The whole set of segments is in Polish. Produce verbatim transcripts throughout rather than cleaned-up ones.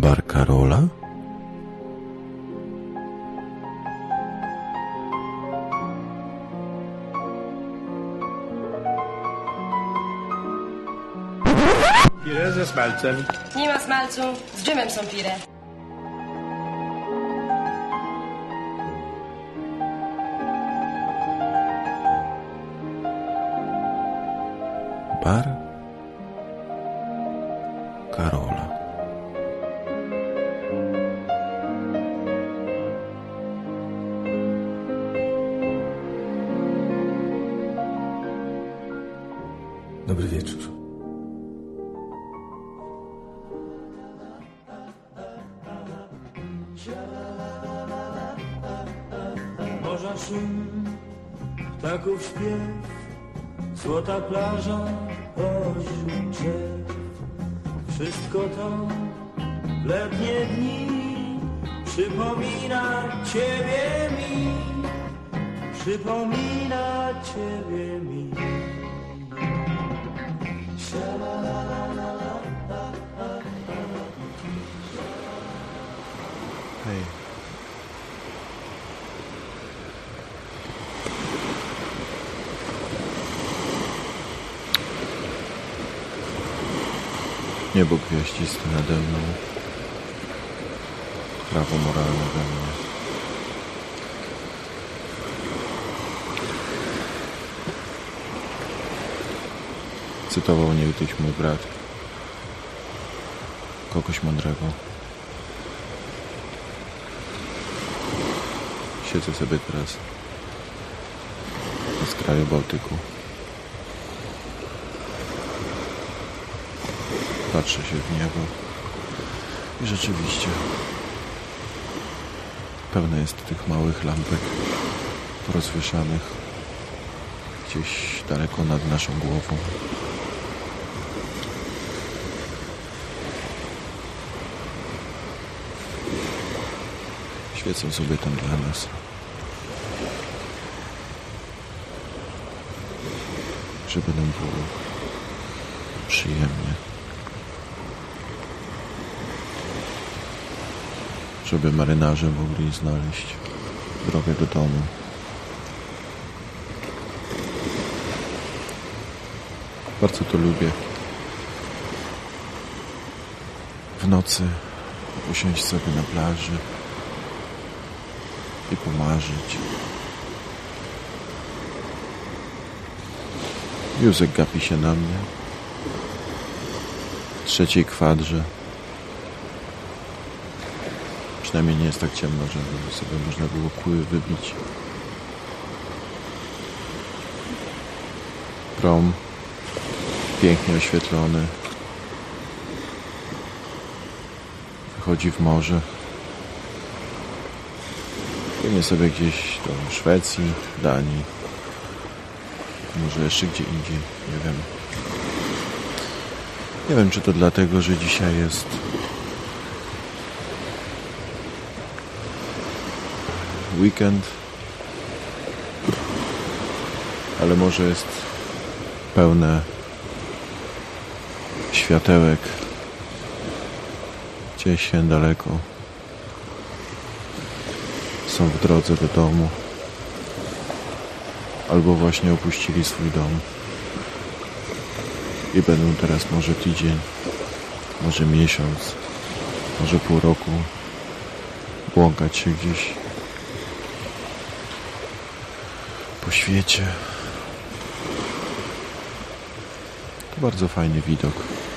Bar Karola? Pire ze smalcem. Nie ma smalcu, z dżemem są pire. Bar Karola. Dobry wieczór. Morza szum, ptaków śpiew, złota plaża, ośmiu drzew. Wszystko to w letnie dni przypomina Ciebie mi, przypomina Ciebie mi. Hej. Niebo gwiaździste nade mną, prawo moralne we mnie. Cytował niegdyś mój brat kogoś mądrego. Siedzę sobie teraz na skraju Bałtyku. Patrzę się w niebo i rzeczywiście pełno jest tych małych lampek porozwieszanych gdzieś daleko nad naszą głową. Świecą sobie tam dla nas. Żeby nam było przyjemnie. Żeby marynarze mogli znaleźć drogę do domu. Bardzo to lubię. W nocy usiąść sobie na plaży i pomarzyć. Józek gapi się na mnie w trzeciej kwadrze. Przynajmniej nie jest tak ciemno, żeby sobie można było kły wybić. Prom pięknie oświetlony wychodzi w morze. Płynie sobie gdzieś do Szwecji, Danii, może jeszcze gdzie indziej, nie wiem. Nie wiem, czy to dlatego, że dzisiaj jest weekend, ale może jest pełne światełek gdzieś się daleko. Są w drodze do domu albo właśnie opuścili swój dom i będą teraz może tydzień, może miesiąc, może pół roku błąkać się gdzieś po świecie. To bardzo fajny widok.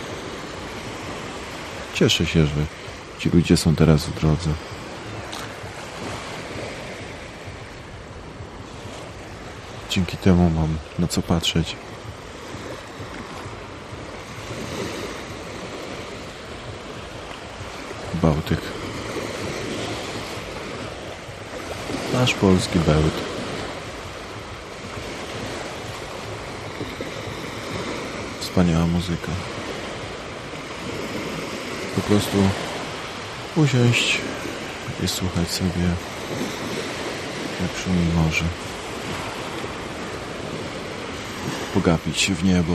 Cieszę się, że ci ludzie są teraz w drodze. Dzięki temu mam na co patrzeć. Bałtyk. Nasz polski bełt. Wspaniała muzyka. Po prostu usiąść i słuchać sobie, jak szumi morze. Pogapić się w niebo.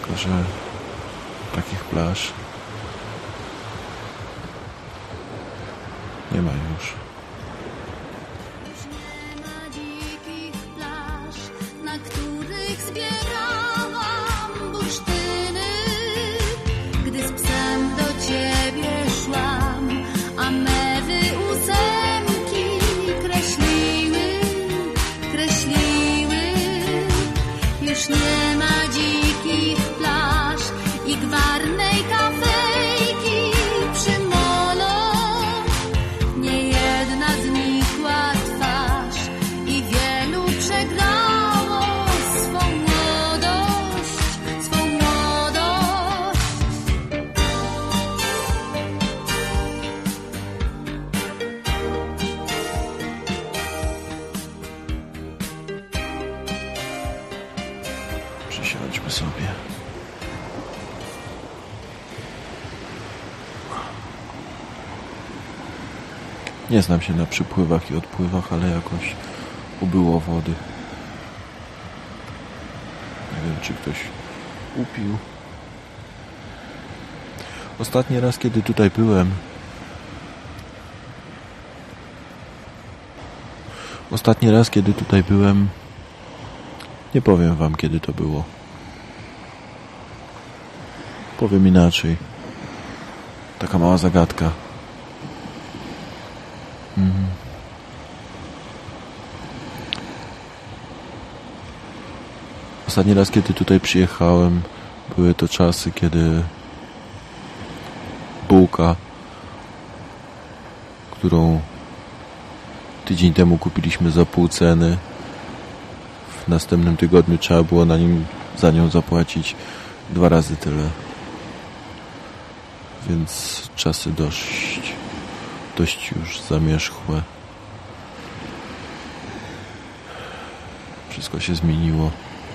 Tylko że takich plaż nie ma już. Już nie ma dzikich plaż, na których zbierałam bursztyny. Gdy z psem do ciebie szłam, a mewy ósemki kreśliły, kreśliły. Już nie ma dzikich plaż i gwarnej kafejki przy molo. Niejedna znikła twarz i wielu przegrało swą młodość, swą młodość. Przysiądźmy sobie. Nie znam się na przypływach i odpływach, ale jakoś ubyło wody. Nie wiem, czy ktoś upił. Ostatni raz, kiedy tutaj byłem, Ostatni raz, kiedy tutaj byłem, nie powiem wam, kiedy to było. Powiem inaczej. Taka mała zagadka. Mhm. Ostatni raz, kiedy tutaj przyjechałem, były to czasy, kiedy bułka, którą tydzień temu kupiliśmy za pół ceny, w następnym tygodniu trzeba było na nim, za nią zapłacić dwa razy tyle. Więc czasy dość, dość już zamierzchłe. Wszystko się zmieniło.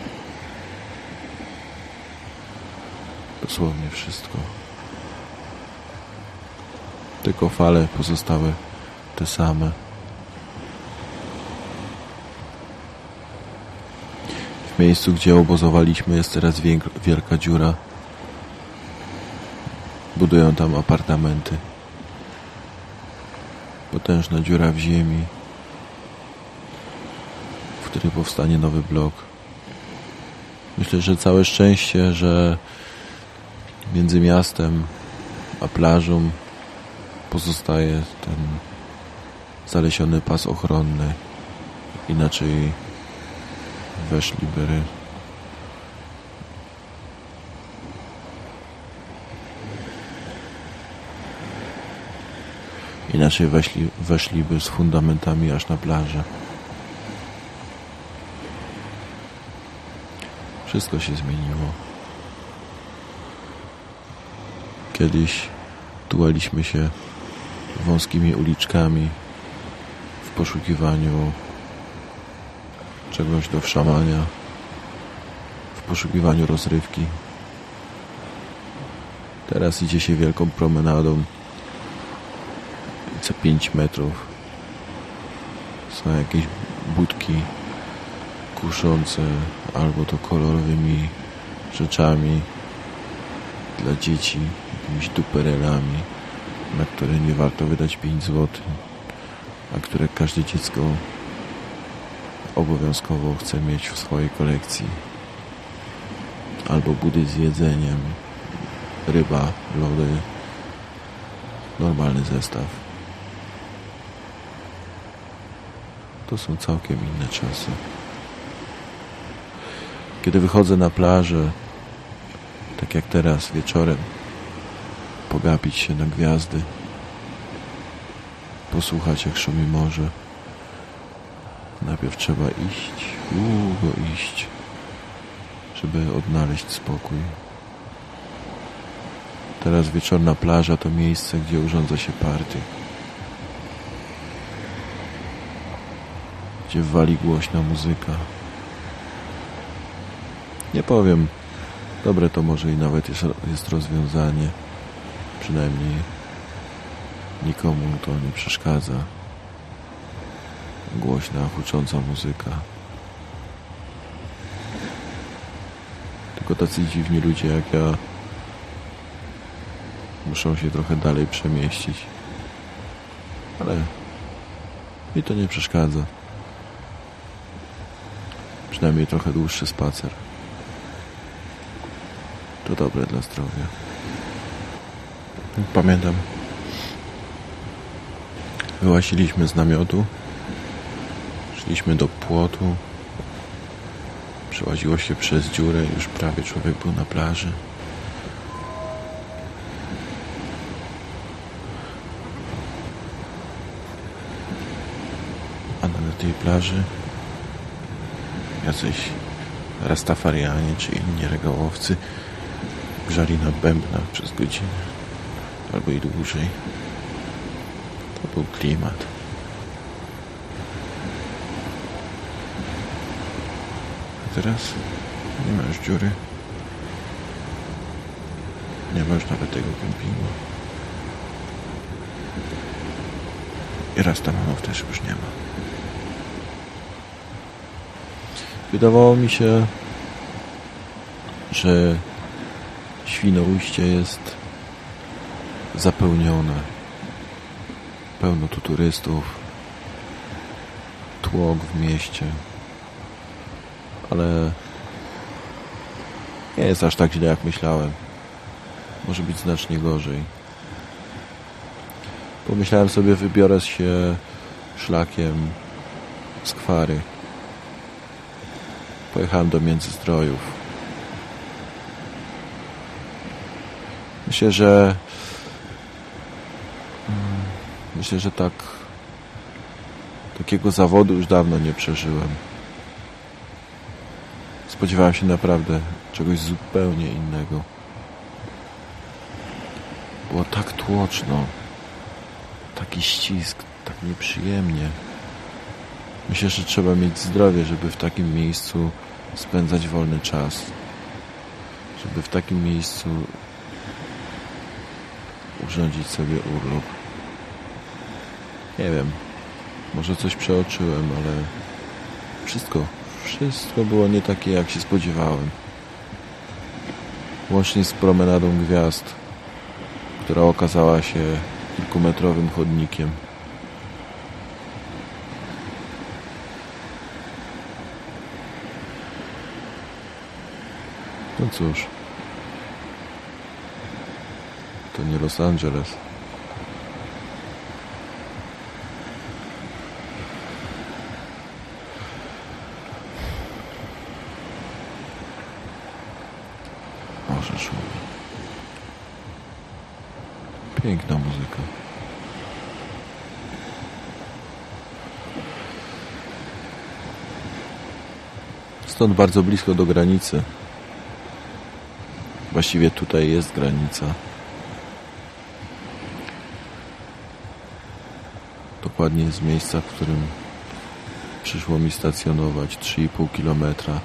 Dosłownie wszystko. Tylko fale pozostały te same. W miejscu, gdzie obozowaliśmy, jest teraz wielka dziura. Budują tam apartamenty. Potężna dziura w ziemi, w której powstanie nowy blok. Myślę, że całe szczęście, że między miastem a plażą pozostaje ten zalesiony pas ochronny. Inaczej weszliby Inaczej weszli, weszliby z fundamentami aż na plażę. Wszystko się zmieniło. Kiedyś tułaliśmy się wąskimi uliczkami w poszukiwaniu czegoś do wszamania, w poszukiwaniu rozrywki. Teraz idzie się wielką promenadą. Co pięć metrów są jakieś budki kuszące albo to kolorowymi rzeczami dla dzieci, jakimiś duperelami, na które nie warto wydać pięć złotych, a które każde dziecko obowiązkowo chce mieć w swojej kolekcji. Albo budy z jedzeniem, ryba, lody, normalny zestaw. To są całkiem inne czasy. Kiedy wychodzę na plażę, tak jak teraz wieczorem, pogapić się na gwiazdy, posłuchać jak szumi morze, najpierw trzeba iść, długo iść, żeby odnaleźć spokój. Teraz wieczorna plaża to miejsce, gdzie urządza się party, gdzie wali głośna muzyka. Nie powiem, dobre to może i nawet jest, jest rozwiązanie. Przynajmniej nikomu to nie przeszkadza. Głośna, hucząca muzyka. Tylko tylko tacy dziwni ludzie jak ja muszą się trochę dalej przemieścić. Ale mi to nie przeszkadza. Przynajmniej trochę dłuższy spacer. To dobre dla zdrowia. Pamiętam, wyłaziliśmy z namiotu, szliśmy do płotu, przełaziło się przez dziurę, już prawie człowiek był na plaży. A na tej plaży jacyś rastafarianie czy inni regałowcy grzali na bębnach przez godzinę albo i dłużej. To był klimat. A teraz nie ma już dziury. Nie ma już nawet tego kempingu. I rastamanów też już nie ma. Wydawało mi się, że Świnoujście jest zapełnione. Pełno tu turystów, tłok w mieście. Ale nie jest aż tak źle, jak myślałem. Może być znacznie gorzej. Pomyślałem sobie, wybiorę się szlakiem z Kwary. Pojechałem do Międzyzdrojów. Myślę, że myślę, że tak takiego zawodu już dawno nie przeżyłem. Spodziewałem się naprawdę czegoś zupełnie innego. Było tak tłoczno, taki ścisk, tak nieprzyjemnie. Myślę, że trzeba mieć zdrowie, żeby w takim miejscu spędzać wolny czas. Żeby w takim miejscu urządzić sobie urlop. Nie wiem, może coś przeoczyłem, ale wszystko, wszystko było nie takie, jak się spodziewałem. Łącznie z promenadą gwiazd, która okazała się kilkumetrowym chodnikiem. No cóż, to nie Los Angeles. Morze szumi. Piękna muzyka. Stąd bardzo blisko do granicy. Właściwie tutaj jest granica. Dokładnie z miejsca, w którym przyszło mi stacjonować trzy i pół kilometra.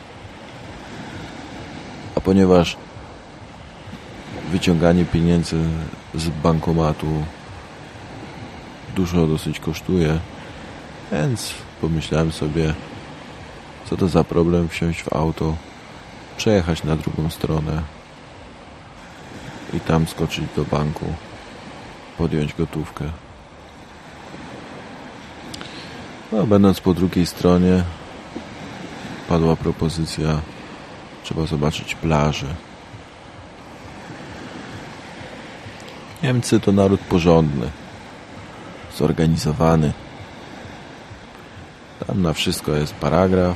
A ponieważ wyciąganie pieniędzy z bankomatu dużo dosyć kosztuje, więc pomyślałem sobie, co to za problem wsiąść w auto, przejechać na drugą stronę i tam skoczyć do banku, podjąć gotówkę. No, będąc po drugiej stronie, padła propozycja, trzeba zobaczyć plażę. Niemcy to naród porządny, zorganizowany. Tam na wszystko jest paragraf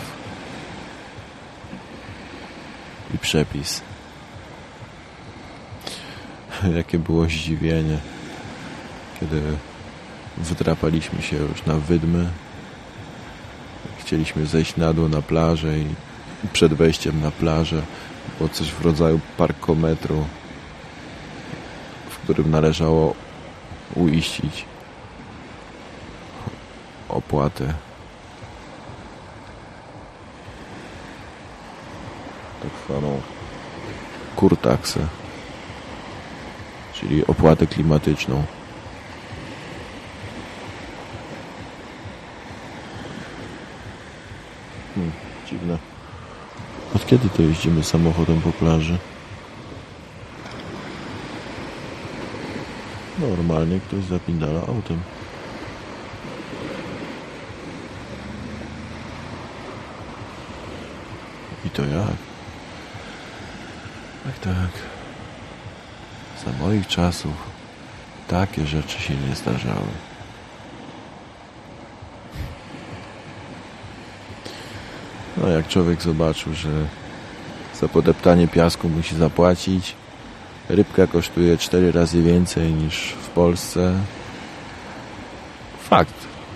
i przepis. Jakie było zdziwienie, kiedy wydrapaliśmy się już na wydmy. Chcieliśmy zejść na dół na plażę i przed wejściem na plażę było coś w rodzaju parkometru, w którym należało uiścić opłatę. Tak zwaną kurtaksę, czyli opłatę klimatyczną. Hmm, dziwne. Od kiedy to jeździmy samochodem po plaży? Normalnie ktoś zapindala autem. I to jak? Tak, tak. Za moich czasów takie rzeczy się nie zdarzały. No jak człowiek zobaczył, że za podeptanie piasku musi zapłacić, rybka kosztuje cztery razy więcej niż w Polsce. Fakt.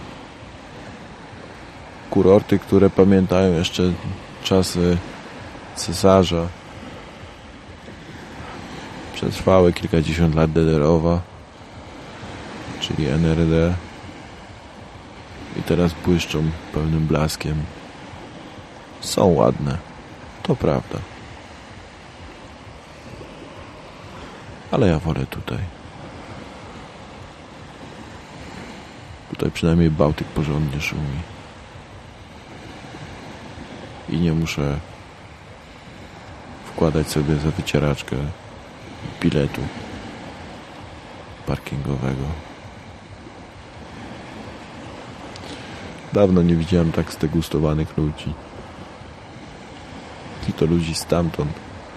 Kurorty, które pamiętają jeszcze czasy cesarza, przetrwały kilkadziesiąt lat D D R-owa, czyli N R D, i teraz błyszczą pełnym blaskiem. Są ładne, to prawda. Ale ja wolę tutaj. Tutaj przynajmniej Bałtyk porządnie szumi. I nie muszę wkładać sobie za wycieraczkę biletu parkingowego. Dawno nie widziałem tak zdegustowanych ludzi. I to ludzi stamtąd.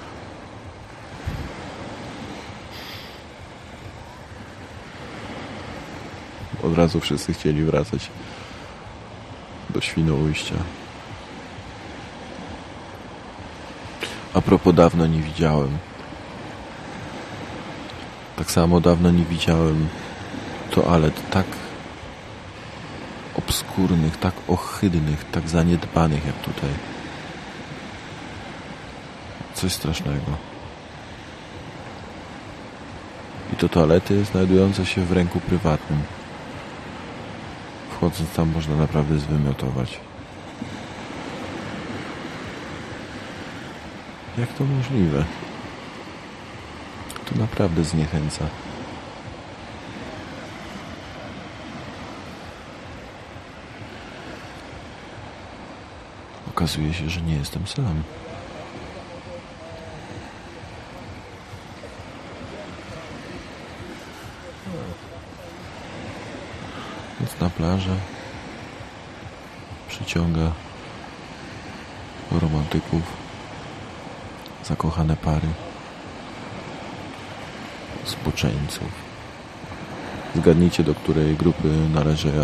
Od razu wszyscy chcieli wracać do Świnoujścia. A propos, dawno nie widziałem. Tak samo dawno nie widziałem toalet tak obskurnych, tak ohydnych, tak zaniedbanych jak tutaj. Coś strasznego. I to toalety znajdujące się w ręku prywatnym. Wchodząc tam można naprawdę zwymiotować. Jak to możliwe? To naprawdę zniechęca. Okazuje się, że nie jestem sam. Więc na plażę przyciąga romantyków, zakochane pary, zboczeńców. Zgadnijcie, do której grupy należę ja.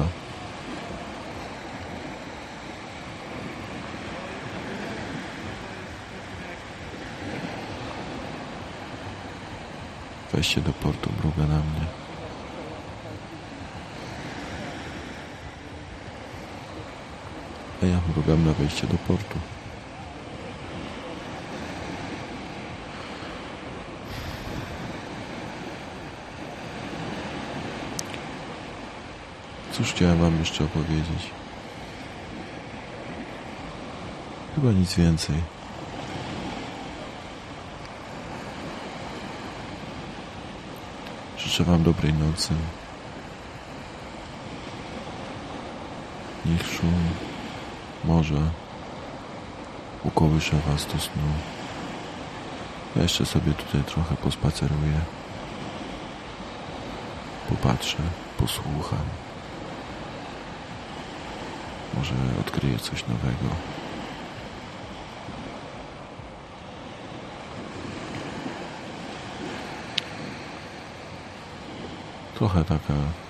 Wejście do portu mruga na mnie. A ja mrugam na wejście do portu. Cóż chciałem wam jeszcze opowiedzieć? Chyba nic więcej. Życzę wam dobrej nocy. Niech szum morza ukołysze was do snu. Ja jeszcze sobie tutaj trochę pospaceruję. Popatrzę, posłucham. Może odkryję coś nowego. Trochę taka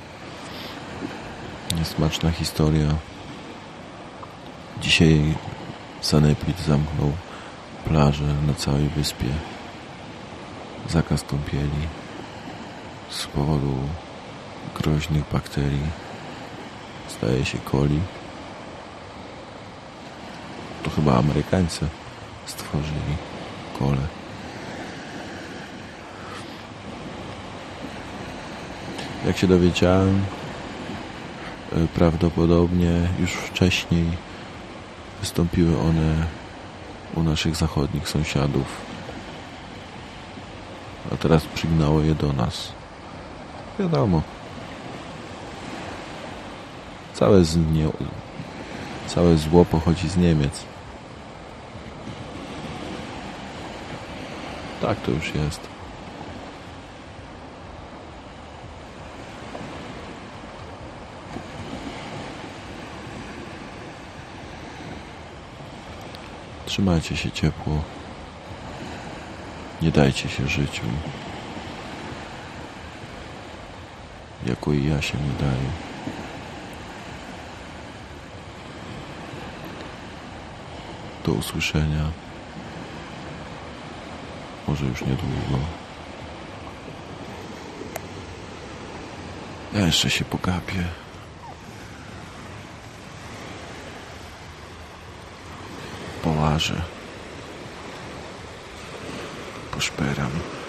niesmaczna historia. Dzisiaj sanepid zamknął plażę na całej wyspie. Zakaz kąpieli z powodu groźnych bakterii. Zdaje się coli. To chyba Amerykańcy stworzyli kolę. Jak się dowiedziałem, prawdopodobnie już wcześniej wystąpiły one u naszych zachodnich sąsiadów, a teraz przygnało je do nas. Wiadomo, całe, z nie, całe zło pochodzi z Niemiec. Tak to już jest. Trzymajcie się ciepło. Nie dajcie się życiu. Jako i ja się nie daję. Do usłyszenia. Może już niedługo. Ja jeszcze się pogapię. Połażę. Poszperam.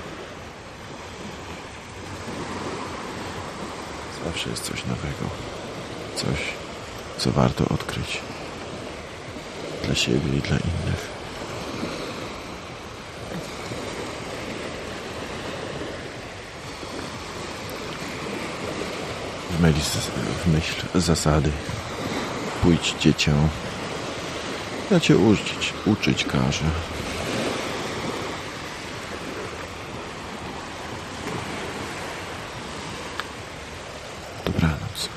Zawsze jest coś nowego. Coś, co warto odkryć. Dla siebie i dla innych. W myśl, w myśl zasady. Pójdź, dziecię. Ja cię uczyć, uczyć każę. Dobranoc.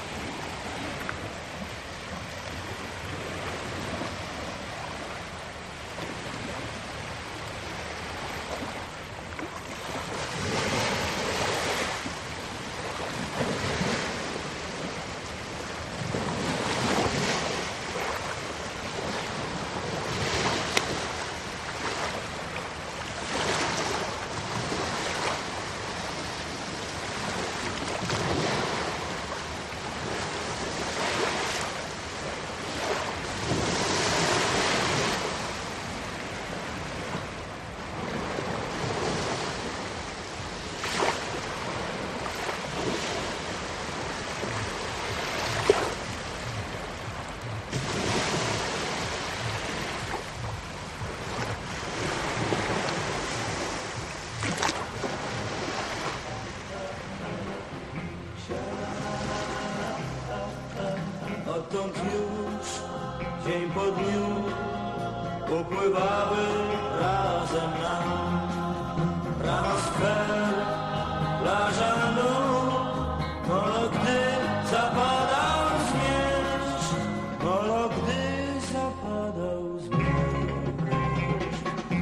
Odtąd już dzień po dniu upływały razem nam rano skwer, plaża lód, molo gdy zapadał zmierzch, molo gdy zapadał zmierzch.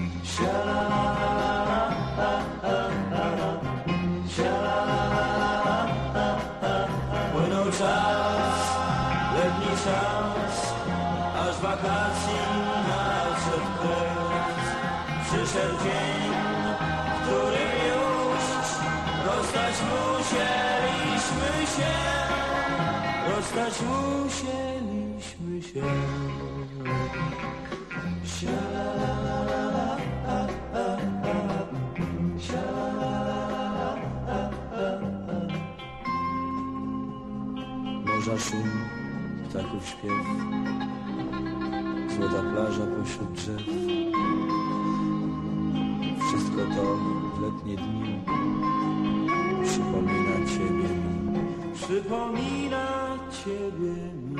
Siala-la-la-la-la-la, siala-la-la-la-la-la. Płynął czas, letni czas, aż wakacji nadszedł kres. Przyszedł dzień, w którym już rozstać musieliśmy się, rozstać musieliśmy się. Siala-la-la-la-la-la, siala-la-la-la-la-la. Morza szum, ptaków śpiew, złota plaża pośród drzew. Wszystko to w letnie dni przypomina ciebie mi, przypomina ciebie mi.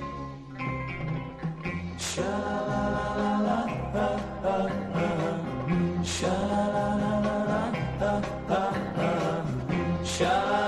Siala-la-la-la-la-la, siala-la-la-la-la-la, siala.